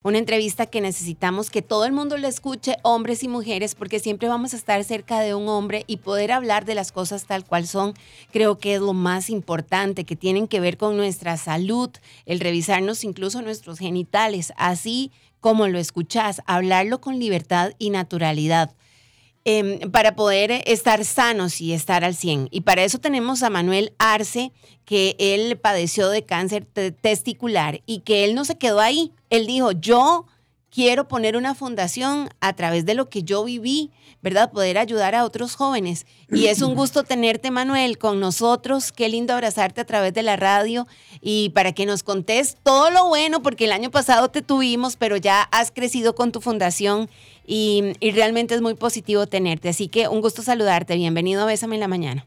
una entrevista que necesitamos que todo el mundo la escuche, hombres y mujeres, porque siempre vamos a estar cerca de un hombre y poder hablar de las cosas tal cual son, creo que es lo más importante, que tienen que ver con nuestra salud, el revisarnos incluso nuestros genitales, así como lo escuchás, hablarlo con libertad y naturalidad. Para poder estar sanos y estar al 100. Y para eso tenemos a Manuel Arce, que él padeció de cáncer testicular y que él no se quedó ahí. Él dijo, yo quiero poner una fundación a través de lo que yo viví, ¿verdad? Poder ayudar a otros jóvenes. Y es un gusto tenerte, Manuel, con nosotros. Qué lindo abrazarte a través de la radio y para que nos contés todo lo bueno, porque el año pasado te tuvimos, pero ya has crecido con tu fundación y realmente es muy positivo tenerte. Así que un gusto saludarte. Bienvenido a Bésame en la Mañana.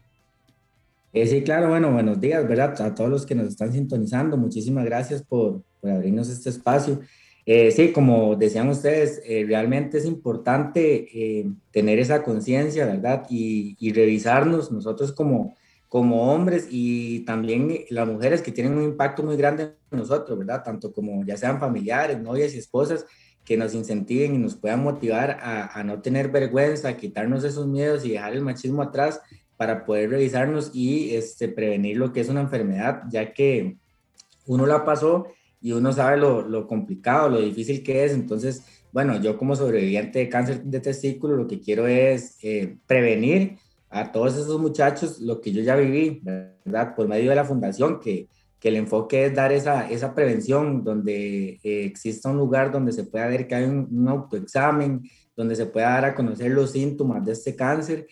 Sí, claro, bueno, buenos días, ¿verdad? A todos los que nos están sintonizando, muchísimas gracias por abrirnos este espacio. Sí, como decían ustedes, realmente es importante tener esa conciencia, ¿verdad? Y revisarnos nosotros como hombres y también las mujeres que tienen un impacto muy grande en nosotros, ¿verdad? Tanto como ya sean familiares, novias y esposas, que nos incentiven y nos puedan motivar a no tener vergüenza, a quitarnos esos miedos y dejar el machismo atrás para poder revisarnos y prevenir lo que es una enfermedad, ya que uno la pasó y uno sabe lo complicado, lo difícil que es. Entonces, bueno, yo como sobreviviente de cáncer de testículo, lo que quiero es prevenir a todos esos muchachos lo que yo ya viví, ¿verdad? Por medio de la fundación, que el enfoque es dar esa prevención, donde exista un lugar donde se pueda ver que hay un autoexamen, donde se pueda dar a conocer los síntomas de este cáncer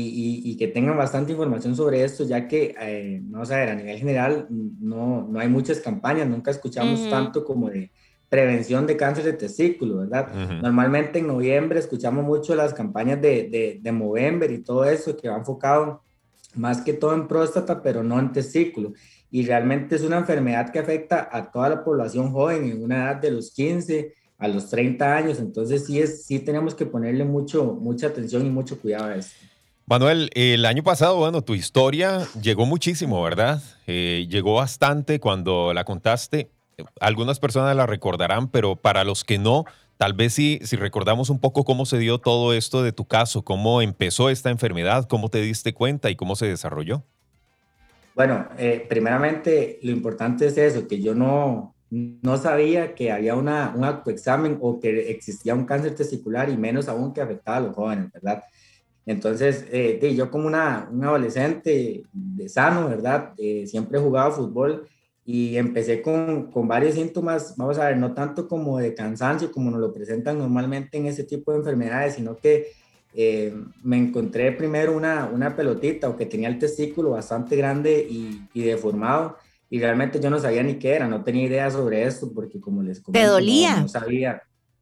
y que tengan bastante información sobre esto, ya que, vamos a ver, a nivel general no hay muchas campañas, nunca escuchamos tanto como de prevención de cáncer de testículo, ¿verdad? Normalmente en noviembre escuchamos mucho las campañas de Movember y todo eso, que va enfocado más que todo en próstata, pero no en testículo. Y realmente es una enfermedad que afecta a toda la población joven en una edad de los 15 a los 30 años. Entonces sí tenemos que ponerle mucha atención y mucho cuidado a esto. Manuel, el año pasado, bueno, tu historia llegó muchísimo, ¿verdad? Llegó bastante cuando la contaste. Algunas personas la recordarán, pero para los que no, tal vez sí, si recordamos un poco cómo se dio todo esto de tu caso, cómo empezó esta enfermedad, cómo te diste cuenta y cómo se desarrolló. Bueno, primeramente lo importante es eso, que yo no sabía que había un autoexamen o que existía un cáncer testicular y menos aún que afectaba a los jóvenes, ¿verdad? Entonces, yo como un adolescente de sano, ¿verdad? Siempre he jugado fútbol y empecé con varios síntomas, vamos a ver, no tanto como de cansancio, como nos lo presentan normalmente en ese tipo de enfermedades, sino que me encontré primero una pelotita o que tenía el testículo bastante grande y deformado y realmente yo no sabía ni qué era, no tenía idea sobre esto porque como les ¿Te comento, no dolía? sabía.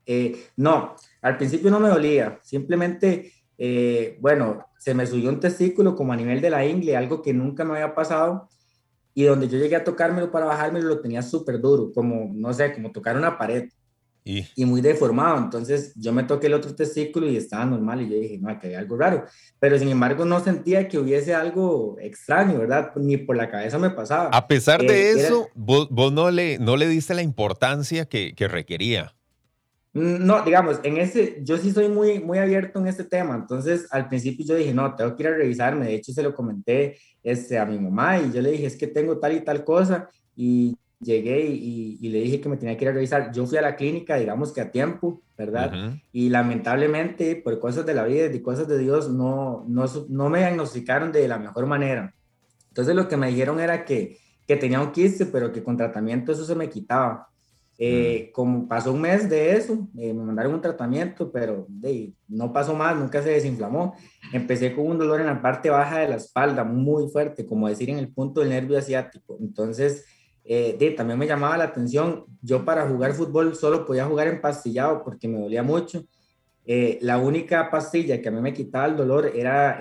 No, al principio no me dolía, simplemente bueno, se me subió un testículo como a nivel de la ingle, algo que nunca me había pasado, y donde yo llegué a tocármelo para bajármelo lo tenía súper duro, como, no sé, como tocar una pared, Y y muy deformado. Entonces yo me toqué el otro testículo y estaba normal, y yo dije, no, que hay algo raro, pero sin embargo no sentía que hubiese algo extraño, ¿verdad? Ni por la cabeza me pasaba. a pesar de Era, eso, vos no le diste la importancia que requería. No, digamos, yo sí soy muy abierto en este tema, entonces al principio yo dije, no, tengo que ir a revisarme, de hecho se lo comenté a mi mamá y yo le dije, es que tengo tal y tal cosa, y llegué y le dije que me tenía que ir a revisar. Yo fui a la clínica, digamos que a tiempo, ¿verdad? Ujú. Y lamentablemente, por cosas de la vida y cosas de Dios, no me diagnosticaron de la mejor manera. Entonces lo que me dijeron era que tenía un quiste, pero que con tratamiento eso se me quitaba. Mm. Como pasó un mes de eso, me mandaron un tratamiento, pero no pasó más, nunca se desinflamó. Empecé con un dolor en la parte baja de la espalda, muy fuerte, como decir en el punto del nervio asiático. Entonces, también me llamaba la atención. Yo para jugar fútbol solo podía jugar empastillado porque me dolía mucho. La única pastilla que a mí me quitaba el dolor era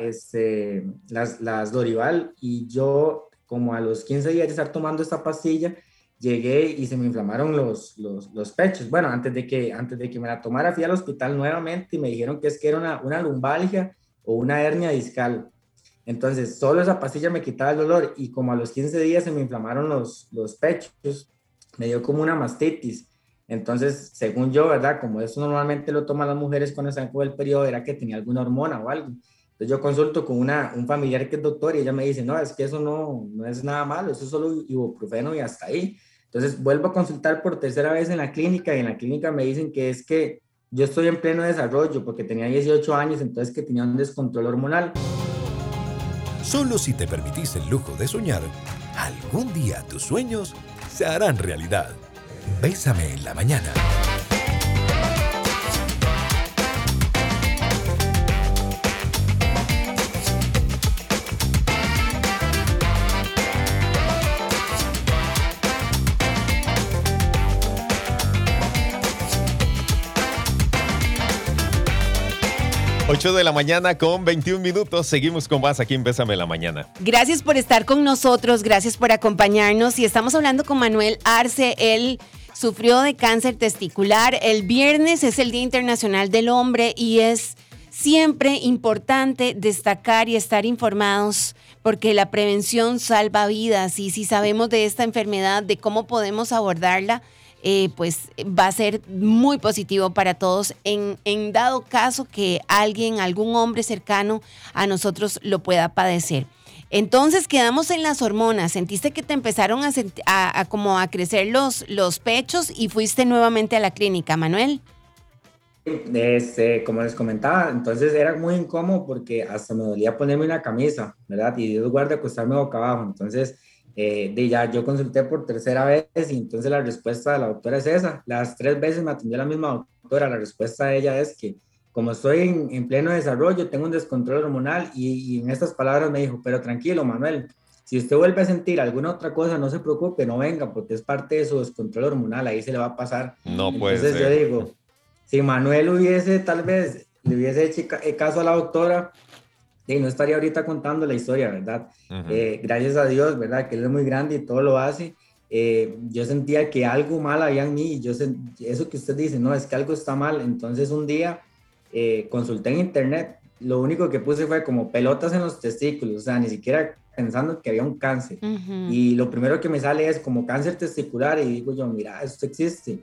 las Dorival, y yo como a los 15 días de estar tomando esta pastilla, llegué y se me inflamaron los pechos. Bueno, antes de que me la tomara fui al hospital nuevamente y me dijeron que es que era una lumbalgia o una hernia discal. Entonces, solo esa pastilla me quitaba el dolor y como a los 15 días se me inflamaron los pechos, me dio como una mastitis. Entonces, según yo, ¿verdad? Como eso normalmente lo toman las mujeres cuando están con el periodo, era que tenía alguna hormona o algo. Entonces yo consulto con un familiar que es doctor y ella me dice, no, es que eso no es nada malo, eso es solo ibuprofeno y hasta ahí. Entonces vuelvo a consultar por tercera vez en la clínica y en la clínica me dicen que es que yo estoy en pleno desarrollo porque tenía 18 años, entonces que tenía un descontrol hormonal. Solo si te permitís el lujo de soñar, algún día tus sueños se harán realidad. Bésame en la mañana. 8 de la mañana con 21 minutos. Seguimos con más aquí en Bésame la Mañana. Gracias por estar con nosotros, gracias por acompañarnos. Y estamos hablando con Manuel Arce. Él sufrió de cáncer testicular. El viernes es el Día Internacional del Hombre y es siempre importante destacar y estar informados porque la prevención salva vidas. Y si sabemos de esta enfermedad, de cómo podemos abordarla, pues va a ser muy positivo para todos en dado caso que algún hombre cercano a nosotros lo pueda padecer. Entonces quedamos en las hormonas. Sentiste que te empezaron como a crecer los pechos y fuiste nuevamente a la clínica, Manuel. Como les comentaba, entonces era muy incómodo porque hasta me dolía ponerme una camisa, ¿verdad? Y Dios guarde acostarme boca abajo. Entonces ya yo consulté por tercera vez y entonces la respuesta de la doctora es esa. Las 3 veces me atendió la misma doctora. La respuesta de ella es que como estoy en pleno desarrollo, tengo un descontrol hormonal y en estas palabras me dijo, pero tranquilo, Manuel, si usted vuelve a sentir alguna otra cosa, no se preocupe, no venga, porque es parte de su descontrol hormonal, ahí se le va a pasar. No puede entonces ser. Yo digo, si Manuel tal vez le hubiese hecho caso a la doctora, y no estaría ahorita contando la historia, ¿verdad? Gracias a Dios, ¿verdad? Que Él es muy grande y todo lo hace. Yo sentía que algo mal había en mí. Eso que usted dice, no, es que algo está mal. Entonces un día consulté en internet. Lo único que puse fue como pelotas en los testículos, o sea, ni siquiera pensando que había un cáncer. Y lo primero que me sale es como cáncer testicular y digo yo, mira, esto existe.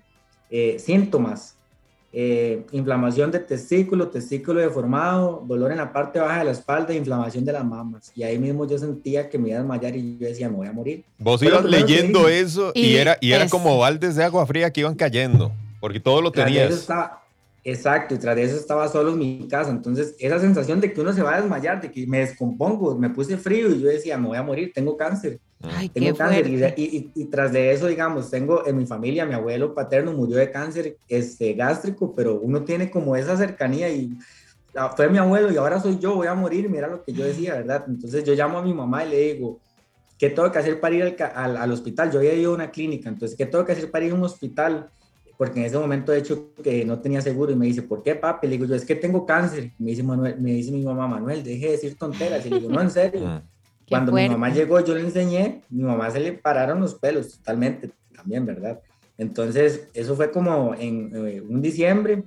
Síntomas. Inflamación de testículo deformado, dolor en la parte baja de la espalda, inflamación de las mamas. Y ahí mismo yo sentía que me iba a desmayar y yo decía, me voy a morir. Vos ibas leyendo eso y era como baldes de agua fría que iban cayendo, porque todo lo tenías. Exacto, y tras de eso estaba solo en mi casa. Entonces, esa sensación de que uno se va a desmayar, de que me descompongo, me puse frío y yo decía, me voy a morir, tengo cáncer. Ay, tengo cáncer y tras de eso, digamos, tengo en mi familia, mi abuelo paterno murió de cáncer gástrico, pero uno tiene como esa cercanía y fue mi abuelo y ahora soy yo, voy a morir, mira lo que yo decía, ¿verdad? Entonces yo llamo a mi mamá y le digo, ¿qué tengo que hacer para ir al hospital? Yo había ido a una clínica, entonces, ¿qué tengo que hacer para ir a un hospital? Porque en ese momento, de hecho, que no tenía seguro y me dice, ¿por qué, papi? Le digo yo, es que tengo cáncer. Me dice mi mamá, Manuel, deje de decir tonteras. Y le digo, no, en serio. Cuando mi mamá llegó, yo le enseñé, mi mamá se le pararon los pelos totalmente, también, ¿verdad? Entonces, eso fue como en un diciembre,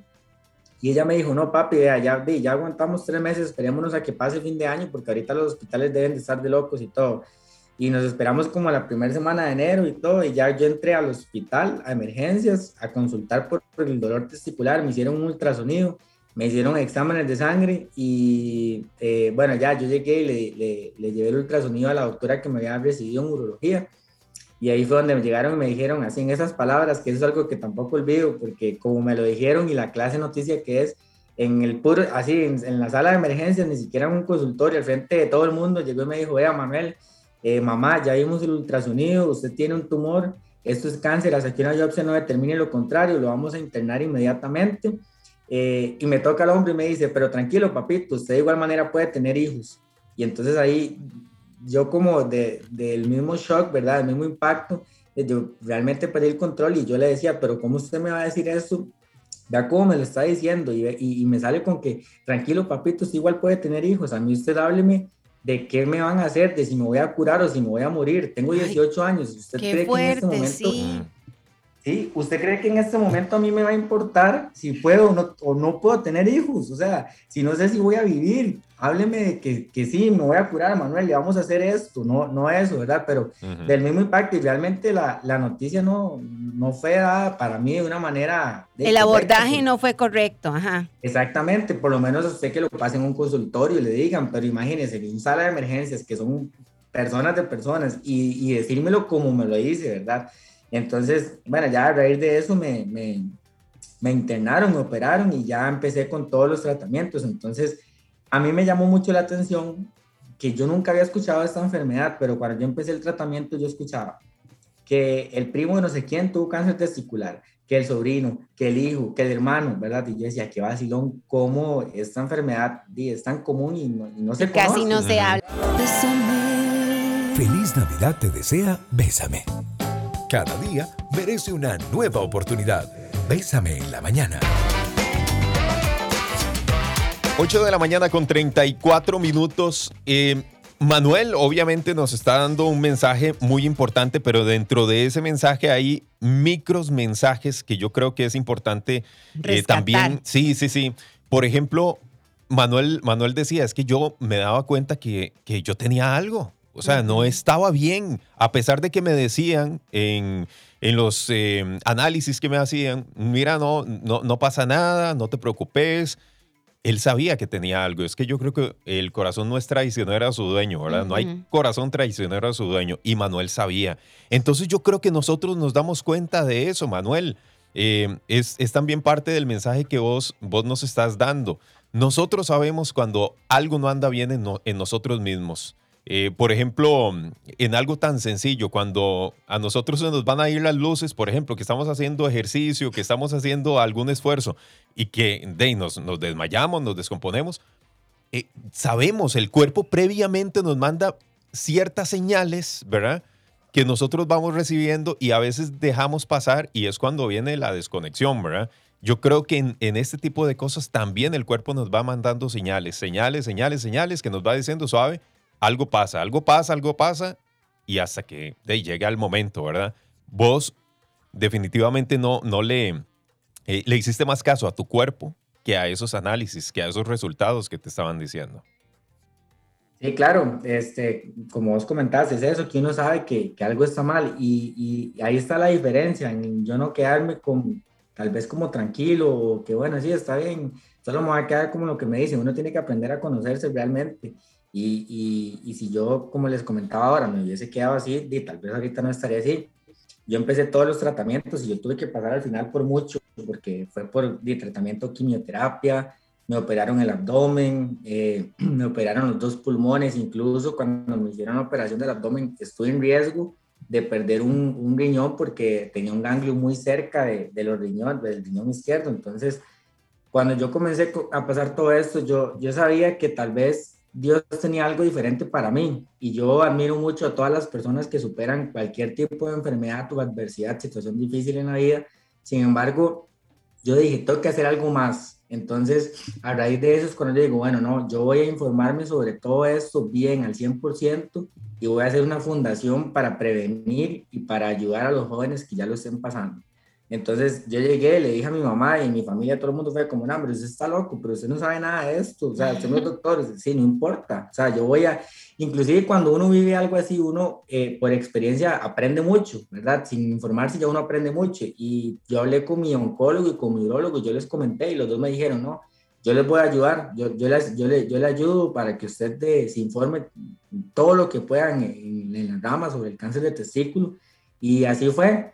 y ella me dijo, no, papi, ya aguantamos 3 meses, esperémonos a que pase el fin de año, porque ahorita los hospitales deben de estar de locos y todo. Y nos esperamos como la primera semana de enero y todo, y ya yo entré al hospital, a emergencias, a consultar por el dolor testicular, me hicieron un ultrasonido, me hicieron exámenes de sangre y bueno, ya yo llegué y le llevé el ultrasonido a la doctora que me había recibido en urología, y ahí fue donde me llegaron y me dijeron así en esas palabras, que eso es algo que tampoco olvido, porque como me lo dijeron y la clase de noticia que es, así en la sala de emergencias, ni siquiera en un consultorio, al frente de todo el mundo, llegó y me dijo, vea, Manuel, mamá, ya vimos el ultrasonido, usted tiene un tumor, esto es cáncer, hasta que una biopsia no determine lo contrario, lo vamos a internar inmediatamente. Y me toca el hombre y me dice, pero tranquilo, papito, usted de igual manera puede tener hijos. Y entonces ahí yo como del mismo shock, ¿verdad? Del mismo impacto, yo realmente perdí el control y yo le decía, pero ¿cómo usted me va a decir esto? Vea cómo me lo está diciendo y me sale con que, tranquilo, papito, usted igual puede tener hijos, a mí usted hábleme de qué me van a hacer, de si me voy a curar o si me voy a morir. Tengo 18 años. ¿Usted qué cree fuerte, que en este momento... sí. Sí, ¿usted cree que en este momento a mí me va a importar si puedo o no puedo tener hijos? O sea, si no sé si voy a vivir, hábleme de que sí, me voy a curar, Manuel, y vamos a hacer esto, no eso, ¿verdad? Pero del mismo impacto, y realmente la noticia no fue dada para mí de una manera El correcta, abordaje porque no fue correcto, ajá. exactamente, por lo menos a usted que lo pase en un consultorio y le digan, pero imagínese, en una sala de emergencias que son personas de personas y decírmelo como me lo dice, ¿verdad? Entonces, bueno, ya a raíz de eso me internaron, me operaron y ya empecé con todos los tratamientos. Entonces, a mí me llamó mucho la atención que yo nunca había escuchado esta enfermedad, pero cuando yo empecé el tratamiento yo escuchaba que el primo de no sé quién tuvo cáncer testicular, que el sobrino, que el hijo, que el hermano, ¿verdad? Y yo decía, qué vacilón, cómo esta enfermedad es tan común y no se Casi conoce. no se habla. Feliz Navidad te desea Bésame. Cada día merece una nueva oportunidad. Bésame en la mañana. 8 de la mañana con 34 minutos. Manuel obviamente nos está dando un mensaje muy importante, pero dentro de ese mensaje hay micros mensajes que yo creo que es importante también. Sí. Por ejemplo, Manuel decía, es que yo me daba cuenta que yo tenía algo. O sea, no estaba bien, a pesar de que me decían en los análisis que me hacían, mira, no pasa nada, no te preocupes. Él sabía que tenía algo. Es que yo creo que el corazón no es traicionero a su dueño, ¿verdad? No hay corazón traicionero a su dueño. Y Manuel sabía. Entonces yo creo que nosotros nos damos cuenta de eso, Manuel. Es también parte del mensaje que vos nos estás dando. Nosotros sabemos cuando algo no anda bien en nosotros mismos. Por ejemplo, en algo tan sencillo, cuando a nosotros se nos van a ir las luces, por ejemplo, que estamos haciendo ejercicio, que estamos haciendo algún esfuerzo y que nos desmayamos, nos descomponemos, sabemos, el cuerpo previamente nos manda ciertas señales, ¿verdad?, que nosotros vamos recibiendo y a veces dejamos pasar y es cuando viene la desconexión, ¿verdad? Yo creo que en este tipo de cosas también el cuerpo nos va mandando señales que nos va diciendo suave, algo pasa y hasta que llega el momento, ¿verdad? Vos definitivamente no le hiciste más caso a tu cuerpo que a esos análisis, que a esos resultados que te estaban diciendo. Sí, claro, como vos comentaste, es eso, que uno sabe que algo está mal y ahí está la diferencia, en yo no quedarme tal vez como tranquilo o que bueno, sí, está bien, solo me voy a quedar como lo que me dicen, uno tiene que aprender a conocerse realmente y si yo, como les comentaba ahora, me hubiese quedado así, tal vez ahorita no estaría así. Yo empecé todos los tratamientos y yo tuve que pasar al final por mucho, porque fue por tratamiento quimioterapia, me operaron el abdomen, me operaron los 2 pulmones, incluso cuando me hicieron la operación del abdomen estuve en riesgo de perder un riñón porque tenía un ganglio muy cerca de los riñones, del riñón izquierdo. Entonces, cuando yo comencé a pasar todo esto, yo sabía que tal vez Dios tenía algo diferente para mí y yo admiro mucho a todas las personas que superan cualquier tipo de enfermedad o adversidad, situación difícil en la vida. Sin embargo, yo dije, tengo que hacer algo más. Entonces, a raíz de eso es cuando yo digo, bueno, no, yo voy a informarme sobre todo esto bien al 100% y voy a hacer una fundación para prevenir y para ayudar a los jóvenes que ya lo estén pasando. Entonces yo llegué, le dije a mi mamá y mi familia, todo el mundo fue como, no, pero usted está loco, pero usted no sabe nada de esto, o sea, usted no es doctor, sí, no importa, o sea, yo voy a, inclusive cuando uno vive algo así, uno por experiencia aprende mucho, ¿verdad? Sin informarse ya uno aprende mucho y yo hablé con mi oncólogo y con mi urólogo, yo les comenté y los dos me dijeron, no, yo les voy a ayudar, yo le ayudo para que usted se informe todo lo que puedan en la rama sobre el cáncer de testículo y así fue.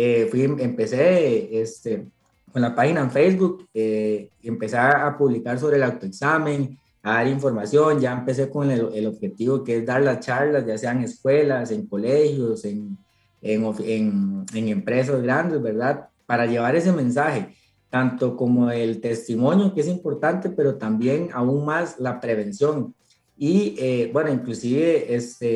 Empecé con la página en Facebook, empecé a publicar sobre el autoexamen, a dar información, ya empecé con el objetivo que es dar las charlas, ya sean en escuelas, en colegios, en empresas grandes, ¿verdad? Para llevar ese mensaje, tanto como el testimonio, que es importante, pero también aún más la prevención. Y bueno, inclusive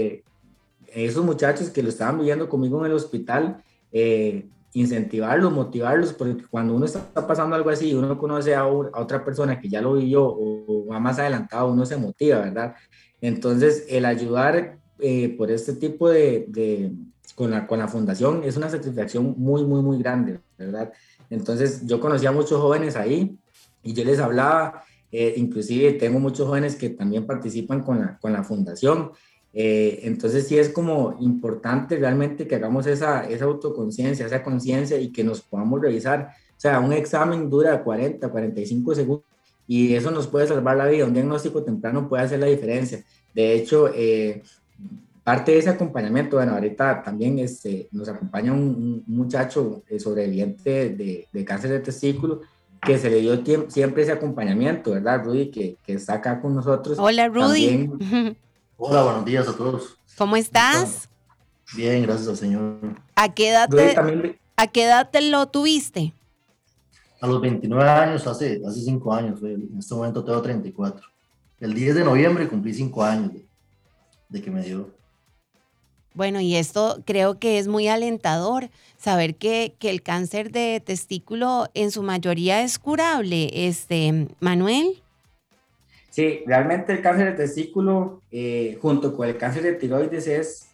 esos muchachos que lo estaban viviendo conmigo en el hospital, incentivarlos, motivarlos, porque cuando uno está pasando algo así y uno conoce a otra persona que ya lo vivió o va más adelantado, uno se motiva, ¿verdad? Entonces, el ayudar por este tipo de con la fundación es una satisfacción muy, muy, muy grande, ¿verdad? Entonces, yo conocí a muchos jóvenes ahí y yo les hablaba, inclusive tengo muchos jóvenes que también participan con la fundación. Entonces, sí es como importante realmente que hagamos esa autoconciencia, esa conciencia y que nos podamos revisar. O sea, un examen dura 40, 45 segundos y eso nos puede salvar la vida. Un diagnóstico temprano puede hacer la diferencia. De hecho, parte de ese acompañamiento, bueno, ahorita también nos acompaña un muchacho sobreviviente de cáncer de testículo que se le dio siempre ese acompañamiento, ¿verdad, Rudy? Que está acá con nosotros. Hola, Rudy. También, Hola, buenos días a todos. ¿Cómo estás? Bien, gracias al Señor. ¿A qué edad te lo tuviste? A los 29 años, hace 5 años, en este momento tengo 34. El 10 de noviembre cumplí 5 años de que me dio. Bueno, y esto creo que es muy alentador, saber que el cáncer de testículo en su mayoría es curable, Manuel. Sí, realmente el cáncer de testículo, junto con el cáncer de tiroides, es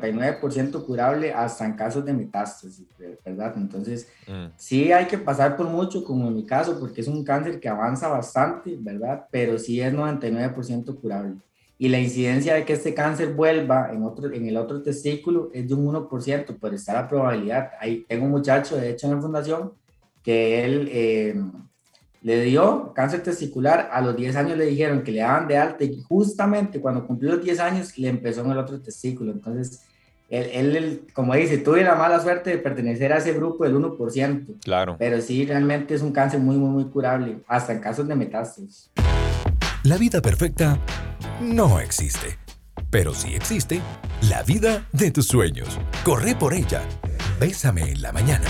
99% curable hasta en casos de metástasis, ¿verdad? Entonces, sí hay que pasar por mucho, como en mi caso, porque es un cáncer que avanza bastante, ¿verdad? Pero sí es 99% curable. Y la incidencia de que este cáncer vuelva en el otro testículo es de un 1%, pero está la probabilidad. Ahí tengo un muchacho, de hecho, en la fundación, que él le dio cáncer testicular, a los 10 años le dijeron que le daban de alta y justamente cuando cumplió los 10 años le empezó en el otro testículo. Entonces, él, como dice, tuve la mala suerte de pertenecer a ese grupo del 1%. Claro. Pero sí, realmente es un cáncer muy, muy, muy curable, hasta en casos de metástasis. La vida perfecta no existe, pero sí existe la vida de tus sueños. Corre por ella. Bésame en la mañana.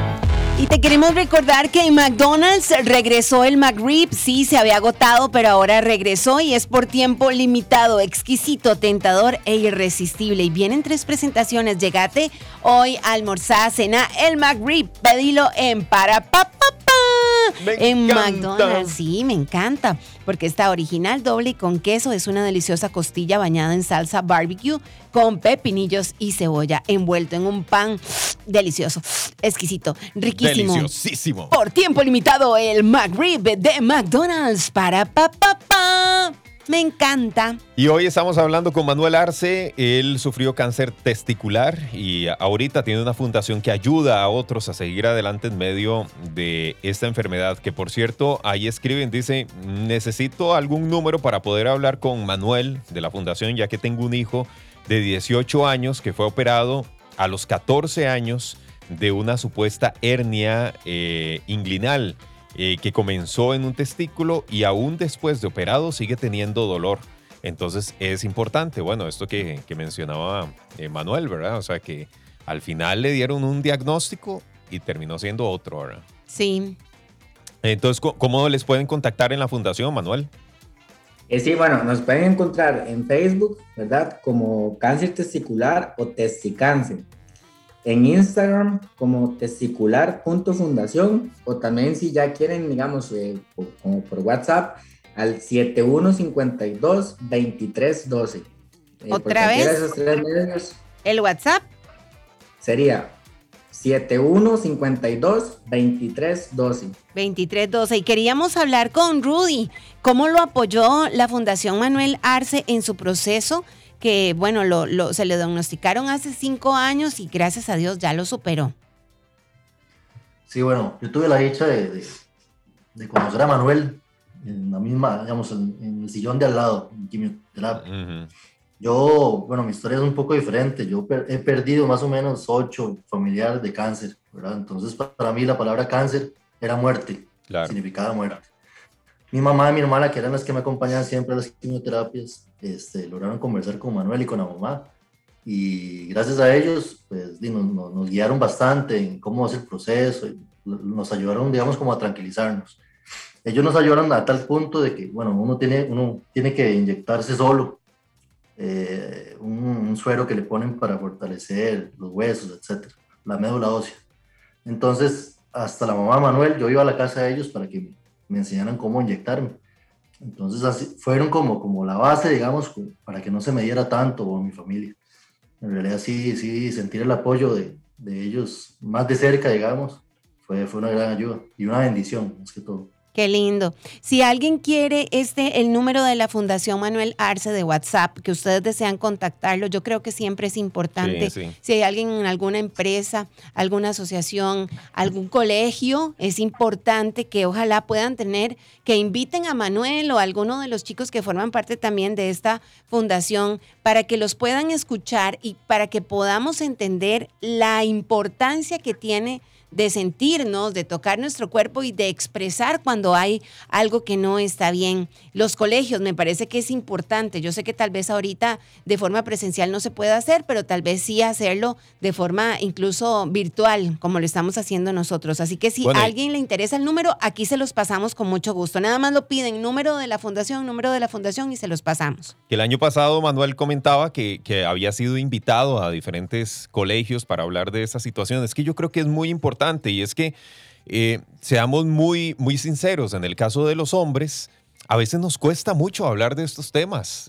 Y te queremos recordar que en McDonald's regresó el McRib. Sí, se había agotado, pero ahora regresó y es por tiempo limitado. Exquisito, tentador e irresistible. Y vienen 3 presentaciones. Llegate hoy a almorzar, cena el McRib. Pedilo en en McDonald's. Sí, me encanta, porque está original, doble y con queso. Es una deliciosa costilla bañada en salsa barbecue con pepinillos y cebolla, envuelto en un pan delicioso, exquisito, riquísimo. Deliciosísimo. Por tiempo limitado, el McRib de McDonald's. Me encanta. Y hoy estamos hablando con Manuel Arce. Él sufrió cáncer testicular y ahorita tiene una fundación que ayuda a otros a seguir adelante en medio de esta enfermedad. Que por cierto, ahí escriben, dice, necesito algún número para poder hablar con Manuel de la fundación, ya que tengo un hijo de 18 años que fue operado a los 14 años de una supuesta hernia inguinal. Que comenzó en un testículo y aún después de operado sigue teniendo dolor. Entonces es importante, bueno, esto que mencionaba Manuel, ¿verdad? O sea que al final le dieron un diagnóstico y terminó siendo otro, ¿verdad? Sí. Entonces, ¿cómo les pueden contactar en la fundación, Manuel? Sí, bueno, nos pueden encontrar en Facebook, ¿verdad? Como cáncer testicular o testicáncer. En Instagram como testicular.fundación o también si ya quieren, digamos, como por WhatsApp al 7152-2312. ¿Otra vez? Esos 3 medios ¿El WhatsApp? sería 7152-2312. 2312. Y queríamos hablar con Rudy. ¿Cómo lo apoyó la Fundación Manuel Arce en su proceso? Que, bueno, se le diagnosticaron hace 5 años y gracias a Dios ya lo superó. Sí, bueno, yo tuve la dicha de conocer a Manuel en la misma, digamos, en el sillón de al lado, en quimioterapia. Uh-huh. Yo, bueno, mi historia es un poco diferente. Yo he perdido más o menos 8 familiares de cáncer, ¿verdad? Entonces, para mí la palabra cáncer era muerte, claro. Significaba muerte. Mi mamá y mi hermana, que eran las que me acompañaban siempre a las quimioterapias, lograron conversar con Manuel y con la mamá. Y gracias a ellos, pues, nos guiaron bastante en cómo es el proceso. Y nos ayudaron, digamos, como a tranquilizarnos. Ellos nos ayudaron a tal punto de que, bueno, uno tiene que inyectarse solo un suero que le ponen para fortalecer los huesos, etcétera, la médula ósea. Entonces, hasta la mamá de Manuel, yo iba a la casa de ellos para que me enseñaran cómo inyectarme. Entonces, así fueron como la base, digamos, para que no se me diera tanto o a mi familia. en realidad sí, sentir el apoyo de ellos más de cerca, digamos, fue una gran ayuda y una bendición, más que todo. Qué lindo. Si alguien quiere el número de la Fundación Manuel Arce de WhatsApp, que ustedes desean contactarlo, yo creo que siempre es importante. Sí. Si hay alguien en alguna empresa, alguna asociación, algún colegio, es importante que ojalá puedan que inviten a Manuel o a alguno de los chicos que forman parte también de esta fundación para que los puedan escuchar y para que podamos entender la importancia que tiene de sentirnos, de tocar nuestro cuerpo y de expresar cuando hay algo que no está bien. Los colegios, me parece que es importante. Yo sé que tal vez ahorita de forma presencial no se puede hacer, pero tal vez sí hacerlo de forma incluso virtual, como lo estamos haciendo nosotros. Así que si a alguien le interesa el número, aquí se los pasamos con mucho gusto. Nada más lo piden, número de la fundación y se los pasamos. El año pasado Manuel comentaba que había sido invitado a diferentes colegios para hablar de esa situación. Es que yo creo que es muy importante y es que seamos muy, muy sinceros. En el caso de los hombres, a veces nos cuesta mucho hablar de estos temas.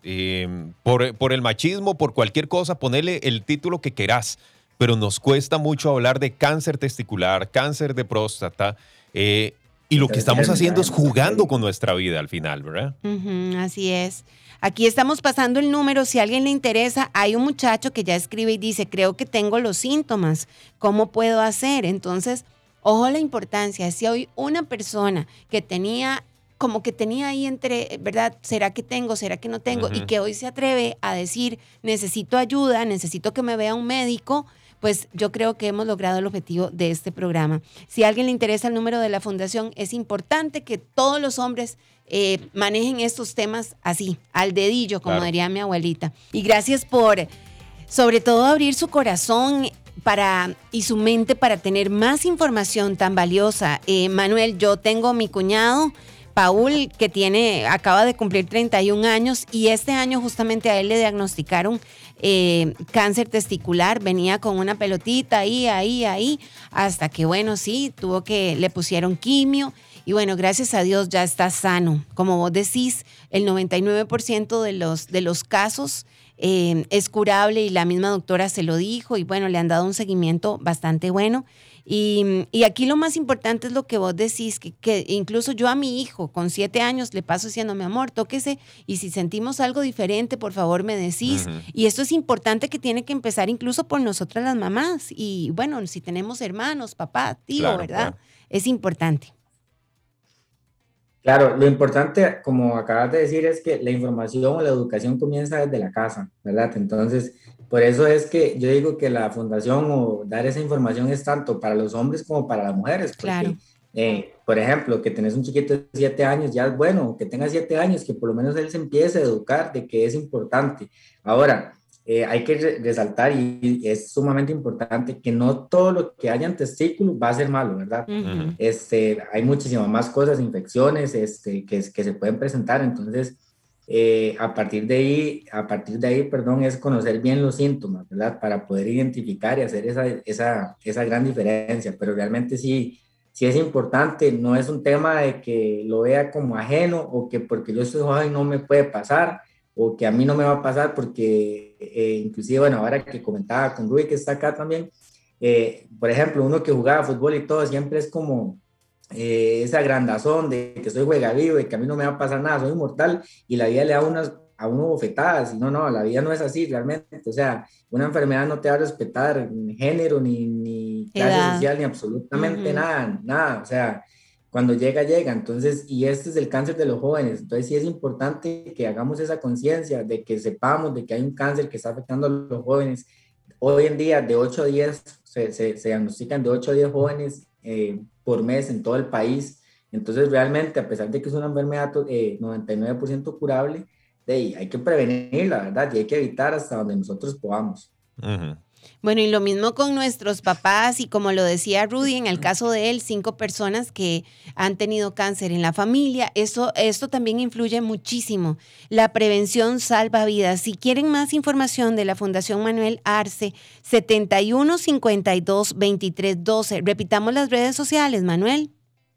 Por el machismo, por cualquier cosa, ponerle el título que querás, pero nos cuesta mucho hablar de cáncer testicular, cáncer de próstata, y lo que estamos haciendo es jugando con nuestra vida al final, ¿verdad? Así es. Aquí estamos pasando el número, si a alguien le interesa, hay un muchacho que ya escribe y dice, creo que tengo los síntomas, ¿cómo puedo hacer? Entonces, ojo a la importancia, si hoy una persona que tenía ahí entre, ¿verdad? ¿Será que tengo? ¿Será que no tengo? Y que hoy se atreve a decir, necesito ayuda, necesito que me vea un médico, pues yo creo que hemos logrado el objetivo de este programa. Si a alguien le interesa el número de la fundación, es importante que todos los hombres manejen estos temas así, al dedillo, como diría mi abuelita. Y gracias por, sobre todo, abrir su corazón y su mente para tener más información tan valiosa. Manuel, yo tengo mi cuñado, Paul, que acaba de cumplir 31 años y este año justamente a él le diagnosticaron cáncer testicular. Venía con una pelotita ahí, hasta que le pusieron quimio y bueno, gracias a Dios ya está sano. Como vos decís, el 99% de los casos es curable y la misma doctora se lo dijo y bueno, le han dado un seguimiento bastante bueno. Y aquí lo más importante es lo que vos decís, que incluso yo a mi hijo con 7 años le paso diciendo, mi amor, tóquese y si sentimos algo diferente, por favor me decís. Y esto es importante que tiene que empezar incluso por nosotras las mamás. Y bueno, si tenemos hermanos, papá, tío, ¿verdad? Claro. Es importante. Claro, lo importante, como acabas de decir, es que la información o la educación comienza desde la casa, ¿verdad? Entonces, por eso es que yo digo que la fundación o dar esa información es tanto para los hombres como para las mujeres. Porque, claro. Por ejemplo, que tenés un chiquito de 7 años, ya es bueno, que tenga 7 años, que por lo menos él se empiece a educar de que es importante. Ahora, hay que resaltar y es sumamente importante que no todo lo que haya en testículos va a ser malo, ¿verdad? Hay muchísimas más cosas, infecciones que se pueden presentar, entonces a partir de ahí, perdón, es conocer bien los síntomas, ¿verdad? Para poder identificar y hacer esa gran diferencia, pero realmente sí es importante, no es un tema de que lo vea como ajeno o que porque yo soy joven no me puede pasar, o que a mí no me va a pasar porque, inclusive, bueno, ahora que comentaba con Rui, que está acá también, por ejemplo, uno que jugaba fútbol y todo, siempre es como esa grandazón de que soy juega vivo, de que a mí no me va a pasar nada, soy inmortal, y la vida le da a uno bofetadas, y no, la vida no es así realmente, o sea, una enfermedad no te va a respetar género, ni clase social, ni absolutamente nada, o sea, cuando llega, entonces, y este es el cáncer de los jóvenes, entonces sí es importante que hagamos esa conciencia de que sepamos de que hay un cáncer que está afectando a los jóvenes. Hoy en día de 8 a 10, se diagnostican de 8 a 10 jóvenes por mes en todo el país, entonces realmente a pesar de que es una enfermedad 99% curable, hay que prevenirla, ¿verdad? Y hay que evitar hasta donde nosotros podamos. Bueno, y lo mismo con nuestros papás y como lo decía Rudy, en el caso de él, 5 personas que han tenido cáncer en la familia, esto también influye muchísimo. La prevención salva vidas. Si quieren más información de la Fundación Manuel Arce, 71 52 23 12. Repitamos las redes sociales, Manuel.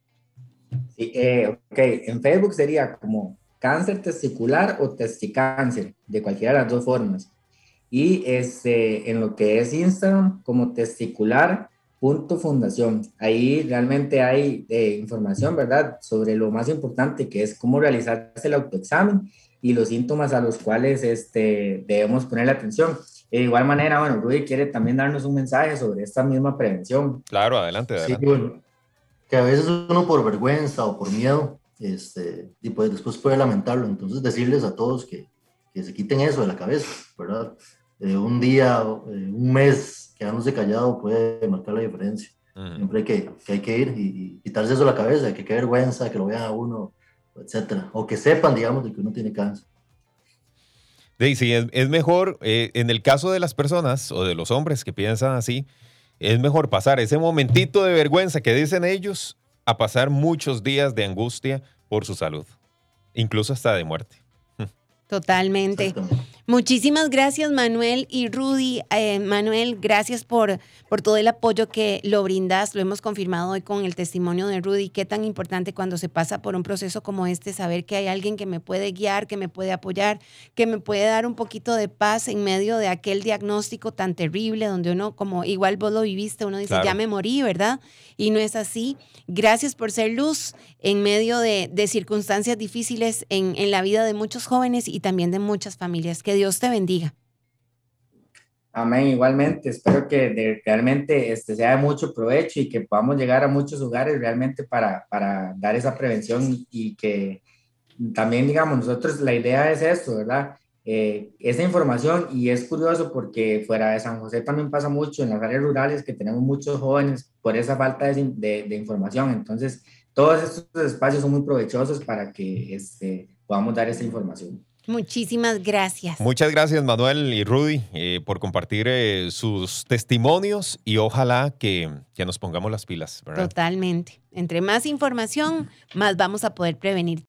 Sí, ok, en Facebook sería como cáncer testicular o testicáncer, de cualquiera de las dos formas. y en lo que es Instagram como testicular.fundación. Ahí realmente hay información, ¿verdad?, sobre lo más importante, que es cómo realizarse el autoexamen y los síntomas a los cuales debemos ponerle atención. De igual manera, bueno, Rudy quiere también darnos un mensaje sobre esta misma prevención. Claro, adelante, adelante. Sí, bueno, que a veces uno por vergüenza o por miedo, y pues después puede lamentarlo. Entonces decirles a todos que se quiten eso de la cabeza, ¿verdad? Un día, un mes quedándose callado puede marcar la diferencia. Siempre que hay que ir y quitarse eso de la cabeza, que qué vergüenza, que lo vean a uno, etcétera. O que sepan, digamos, de que uno tiene cáncer. Sí, es mejor, en el caso de las personas o de los hombres que piensan así, es mejor pasar ese momentito de vergüenza que dicen ellos a pasar muchos días de angustia por su salud, incluso hasta de muerte. Totalmente. Muchísimas gracias, Manuel y Rudy. Manuel, gracias por todo el apoyo que lo brindas. Lo hemos confirmado hoy con el testimonio de Rudy. Qué tan importante cuando se pasa por un proceso como este, saber que hay alguien que me puede guiar, que me puede apoyar, que me puede dar un poquito de paz en medio de aquel diagnóstico tan terrible donde uno, como igual vos lo viviste, uno dice, claro, ya me morí, ¿verdad? Y no es así. Gracias por ser luz en medio de circunstancias difíciles en la vida de muchos jóvenes y también de muchas familias. Que Dios te bendiga. Amén, igualmente. Espero que realmente sea de mucho provecho y que podamos llegar a muchos lugares realmente para dar esa prevención y que también, digamos, nosotros la idea es esto, ¿verdad? Esa información, y es curioso porque fuera de San José también pasa mucho en las áreas rurales que tenemos muchos jóvenes por esa falta de información. Entonces, todos estos espacios son muy provechosos para que podamos dar esa información. Muchísimas gracias. Muchas gracias, Manuel y Rudy, por compartir sus testimonios y ojalá que nos pongamos las pilas, ¿verdad? Totalmente. Entre más información, más vamos a poder prevenir.